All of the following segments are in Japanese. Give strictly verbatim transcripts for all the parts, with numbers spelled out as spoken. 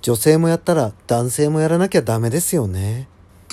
女性もやったら男性もやらなきゃダメですよね。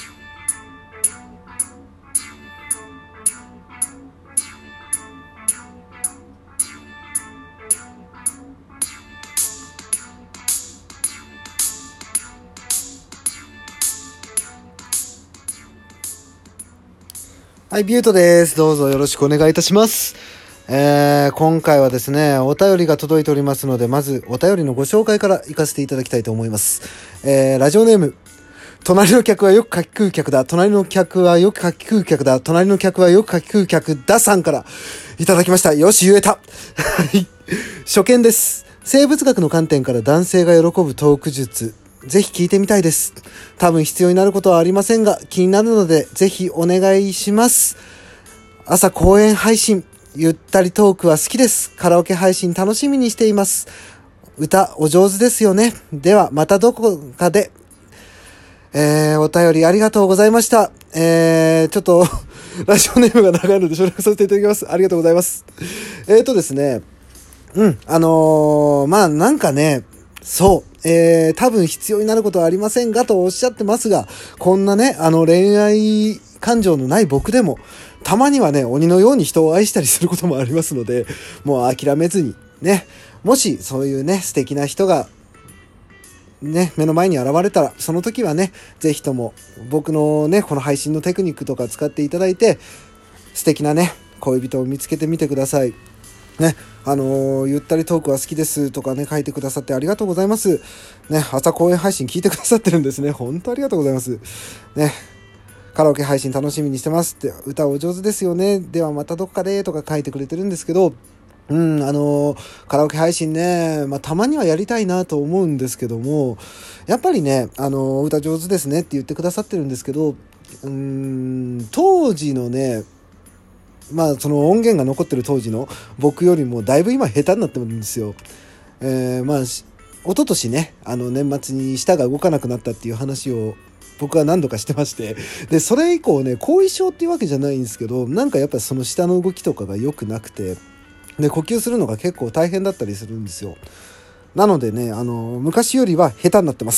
はい、ビュートです。どうぞよろしくお願いいたします。えー、今回はですね、お便りが届いておりますので、まずお便りのご紹介から行かせていただきたいと思います。えー、ラジオネーム、隣の客はよく書き食う客だ。隣の客はよく書き食う客だ。隣の客はよく書き食う客ださんからいただきました。よし、言えた。初見です。生物学の観点から男性が喜ぶトーク術。ぜひ聞いてみたいです。多分必要になることはありませんが、気になるので、ぜひお願いします。朝公演配信、ゆったりトークは好きです。カラオケ配信楽しみにしています。歌お上手ですよね。では、またどこかで。えー、お便りありがとうございました。えー、ちょっと、ラジオネームが長いので省略させていただきます。ありがとうございます。えーとですね、うん、あのー、まあなんかね、そう、えー、多分必要になることはありませんがとおっしゃってますが、こんなね、あの恋愛感情のない僕でも、たまにはね、鬼のように人を愛したりすることもありますので、もう諦めずに、ね、もしそういうね、素敵な人が、ね、目の前に現れたら、その時はね、ぜひとも僕のね、この配信のテクニックとか使っていただいて、素敵なね、恋人を見つけてみてください。ね、あのー、ゆったりトークは好きですとかね、書いてくださってありがとうございます。ね、朝公演配信聞いてくださってるんですね。本当ありがとうございます。ね、カラオケ配信楽しみにしてますって、歌お上手ですよね。ではまたどっかでとか書いてくれてるんですけど、うん、あのー、カラオケ配信ね、まあ、たまにはやりたいなと思うんですけども、やっぱりね、あのー、歌上手ですねって言ってくださってるんですけど、うーん、当時のね、まあその音源が残ってる当時の僕よりもだいぶ今下手になってるんですよ。えー、まあ一昨年ね、あの年末に舌が動かなくなったっていう話を僕は何度かしてまして、でそれ以降ね、後遺症っていうわけじゃないんですけど、なんかやっぱりその舌の動きとかが良くなくて、で呼吸するのが結構大変だったりするんですよ。なのでね、あの昔よりは下手になってます、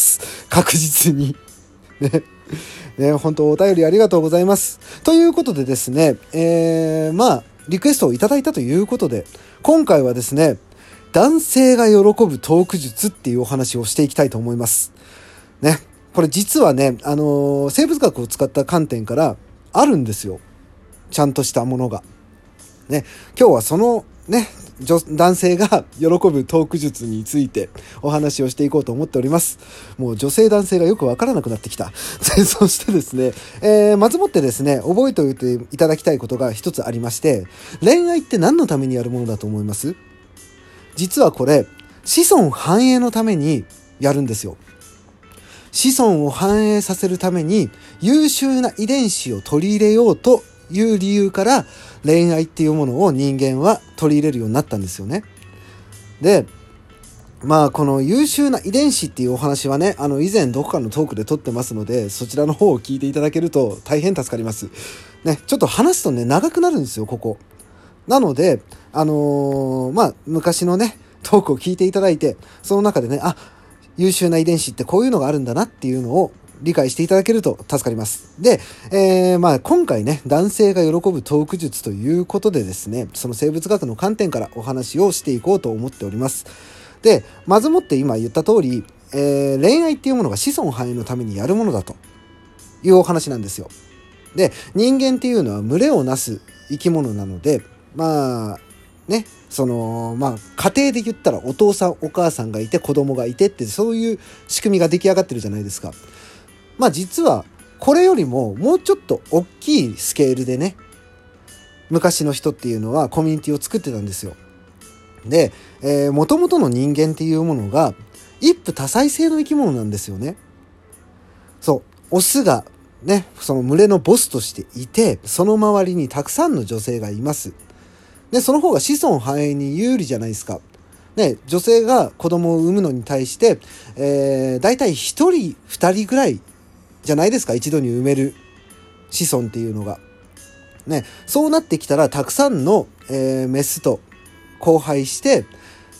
確実に。ねね、本当お便りありがとうございます。ということでですね、えー、まあリクエストをいただいたということで、今回はですね、男性が喜ぶトーク術っていうお話をしていきたいと思います。ね、これ実はね、あのー、生物学を使った観点からあるんですよ。ちゃんとしたものが。ね、今日はそのね、男性が喜ぶトーク術についてお話をしていこうと思っております。もう女性男性がよくわからなくなってきた。そしてですね、えー、まずもってですね、覚えておいていただきたいことが一つありまして、恋愛って何のためにやるものだと思います？実はこれ、子孫繁栄のためにやるんですよ。子孫を繁栄させるために優秀な遺伝子を取り入れようという理由から恋愛っていうものを人間は取り入れるようになったんですよね。で、まあこの優秀な遺伝子っていうお話はね、あの以前どこかのトークで撮ってますので、そちらの方を聞いていただけると大変助かります。ね、ちょっと話すとね長くなるんですよ、ここ。なので、あのー、まあ昔のねトークを聞いていただいて、その中でね、あ、優秀な遺伝子ってこういうのがあるんだなっていうのを理解していただけると助かります。で、えー、まあ今回ね、男性が喜ぶトーク術ということでですね、その生物学の観点からお話をしていこうと思っております。で、まずもって今言った通り、えー、恋愛っていうものが子孫繁栄のためにやるものだというお話なんですよ。で、人間っていうのは群れをなす生き物なので、まあね、そのまあ家庭で言ったらお父さんお母さんがいて子供がいてって、そういう仕組みが出来上がってるじゃないですか。まあ実はこれよりももうちょっと大きいスケールでね、昔の人っていうのはコミュニティを作ってたんですよ。で、えー、元々の人間っていうものが一夫多妻制の生き物なんですよね。そう、オスがね、その群れのボスとしていて、その周りにたくさんの女性がいます。で、その方が子孫繁栄に有利じゃないですか。ね、女性が子供を産むのに対して、えー、だいたいひとりふたりぐらいじゃないですか、一度に産める子孫っていうのが。ね、そうなってきたらたくさんの、えー、メスと交配して、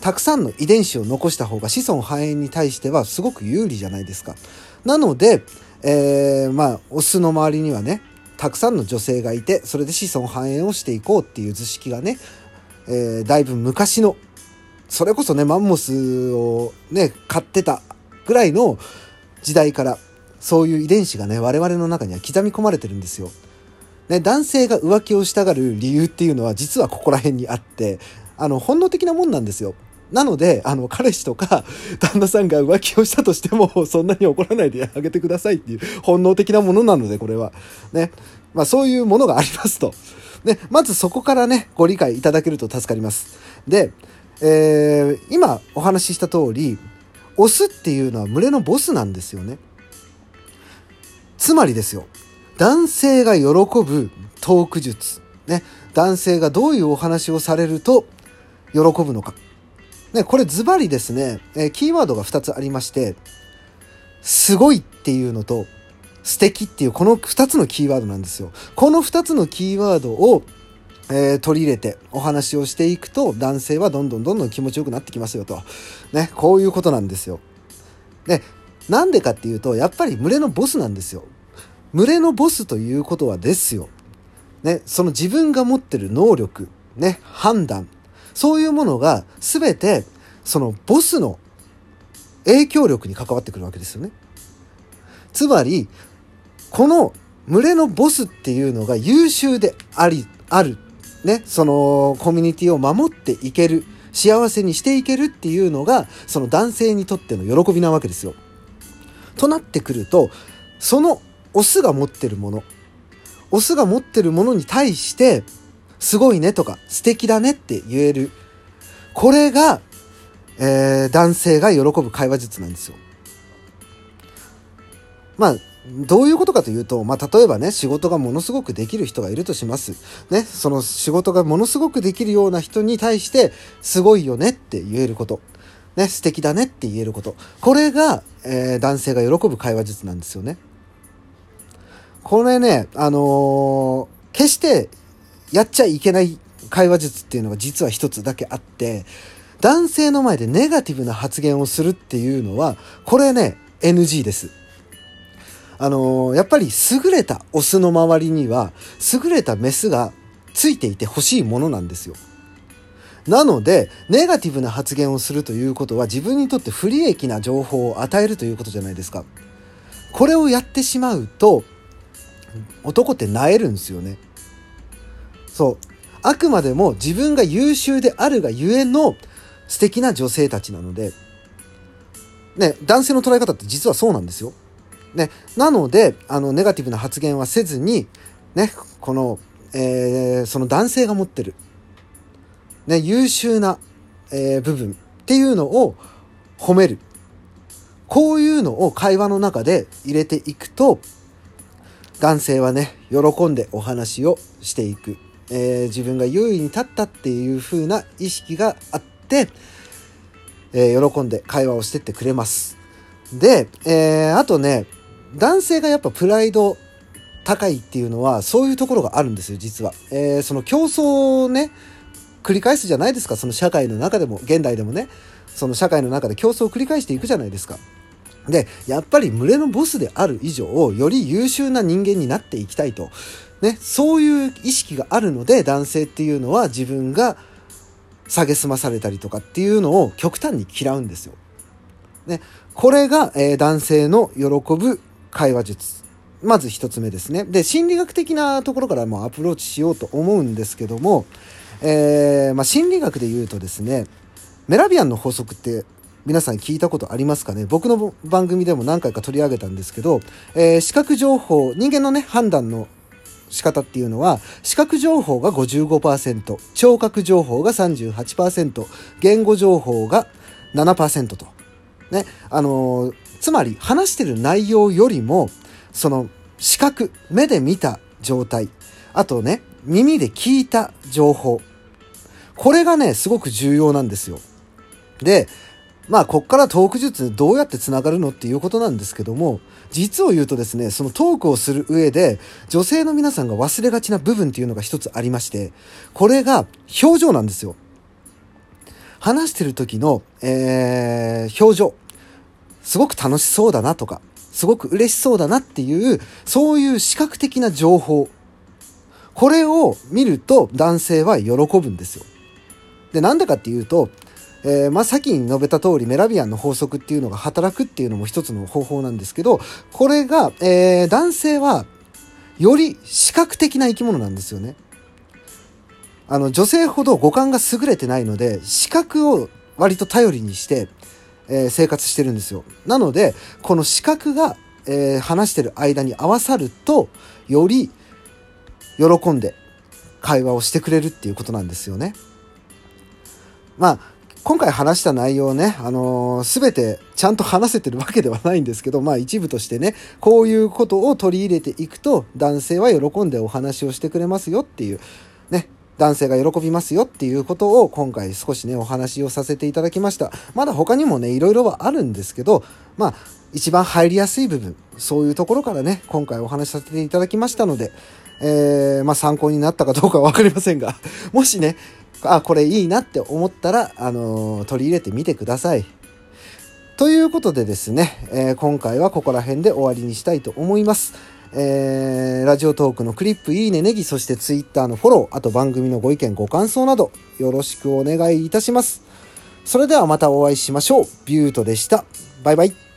たくさんの遺伝子を残した方が子孫繁栄に対してはすごく有利じゃないですか。なので、えー、まあオスの周りにはねたくさんの女性がいて、それで子孫繁栄をしていこうっていう図式がね、えー、だいぶ昔の、それこそねマンモスをね飼ってたぐらいの時代からそういう遺伝子がね我々の中には刻み込まれてるんですよ。ね、男性が浮気をしたがる理由っていうのは実はここら辺にあって、あの本能的なもんなんですよ。なのであの彼氏とか旦那さんが浮気をしたとしてもそんなに怒らないであげてくださいっていう本能的なものなので、これはね、まあそういうものがありますと。ね、まずそこからねご理解いただけると助かります。で、えー、今お話しした通りオスっていうのは群れのボスなんですよね。つまりですよ、男性が喜ぶトーク術、ね、男性がどういうお話をされると喜ぶのか、ね、これズバリですね、えー、キーワードがふたつありまして、すごいっていうのと素敵っていうこのふたつのキーワードなんですよ。このふたつのキーワードを、えー、取り入れてお話をしていくと男性はどんどんどんどん気持ちよくなってきますよと、ね、こういうことなんですよ。で、なんでかっていうとやっぱり群れのボスなんですよ。群れのボスということはですよ、ね、その自分が持ってる能力、ね、判断、そういうものが全てそのボスの影響力に関わってくるわけですよね。つまりこの群れのボスっていうのが優秀でありある、ね、そのコミュニティを守っていける、幸せにしていけるっていうのがその男性にとっての喜びなわけですよ。となってくると、そのオスが持ってるもの、オスが持ってるものに対してすごいねとか素敵だねって言える、これが、えー、男性が喜ぶ会話術なんですよ。まあどういうことかというと、まあ例えばね仕事がものすごくできる人がいるとしますね。その仕事がものすごくできるような人に対してすごいよねって言えることね、素敵だねって言えること、これが、えー、男性が喜ぶ会話術なんですよね。これね、あのー、決してやっちゃいけない会話術っていうのが実は一つだけあって、男性の前でネガティブな発言をするっていうのはこれね エヌジー です。あのー、やっぱり優れたオスの周りには優れたメスがついていてほしいものなんですよ。なのでネガティブな発言をするということは自分にとって不利益な情報を与えるということじゃないですか。これをやってしまうと男って萎えるんですよね。そう、あくまでも自分が優秀であるがゆえの素敵な女性たちなのでね、男性の捉え方って実はそうなんですよ。ね、なのであのネガティブな発言はせずにね、この、えー、その男性が持ってる、ね、優秀な、えー、部分っていうのを褒める、こういうのを会話の中で入れていくと男性はね喜んでお話をしていく、えー、自分が優位に立ったっていう風な意識があって、えー、喜んで会話をしてってくれます。で、えー、あとね男性がやっぱプライド高いっていうのはそういうところがあるんですよ実は。えー、その競争をね繰り返すじゃないですか。その社会の中でも現代でもね、その社会の中で競争を繰り返していくじゃないですか。でやっぱり群れのボスである以上より優秀な人間になっていきたいと、ね、そういう意識があるので男性っていうのは自分が蔑まされたりとかっていうのを極端に嫌うんですよ、ね、これが、えー、男性の喜ぶ会話術、まず一つ目ですね。で心理学的なところからもアプローチしようと思うんですけども、えーまあ、心理学で言うとですね、メラビアンの法則って皆さん聞いたことありますかね。僕の番組でも何回か取り上げたんですけど、えー、視覚情報、人間のね判断の仕方っていうのは視覚情報が ごじゅうごパーセント、聴覚情報が さんじゅうはちパーセント、言語情報が ななパーセント とね、あのー、つまり話してる内容よりもその視覚、目で見た状態、あとね耳で聞いた情報、これがねすごく重要なんですよ。でまあこっからトーク術どうやってつながるのっていうことなんですけども、実を言うとですね、そのトークをする上で女性の皆さんが忘れがちな部分っていうのが一つありまして、これが表情なんですよ。 話してる時の、えー、表情、すごく楽しそうだなとか、すごく嬉しそうだなっていう、そういう視覚的な情報、これを見ると男性は喜ぶんですよ。で、なんでかっていうと、えー、まあ先に述べた通りメラビアンの法則っていうのが働くっていうのも一つの方法なんですけど、これが、えー、男性はより視覚的な生き物なんですよね。あの女性ほど五感が優れてないので、視覚を割と頼りにして、えー、生活してるんですよ。なのでこの視覚が、えー、話してる間に合わさると、より喜んで会話をしてくれるっていうことなんですよね。まあ今回話した内容ね、あのー、全てちゃんと話せてるわけではないんですけど、まあ一部としてね、こういうことを取り入れていくと男性は喜んでお話をしてくれますよっていうね、男性が喜びますよっていうことを今回少しねお話をさせていただきました。まだ他にもねいろいろはあるんですけど、まあ一番入りやすい部分、そういうところからね今回お話しさせていただきましたので、えー、まあ参考になったかどうかは分かりませんが、もしねあこれいいなって思ったら、あのー、取り入れてみてください。ということでですね、えー、今回はここら辺で終わりにしたいと思います。えー、ラジオトークのクリップいいねネギ、そしてツイッターのフォロー、あと番組のご意見ご感想などよろしくお願いいたします。それではまたお会いしましょう。ビュートでした。バイバイ。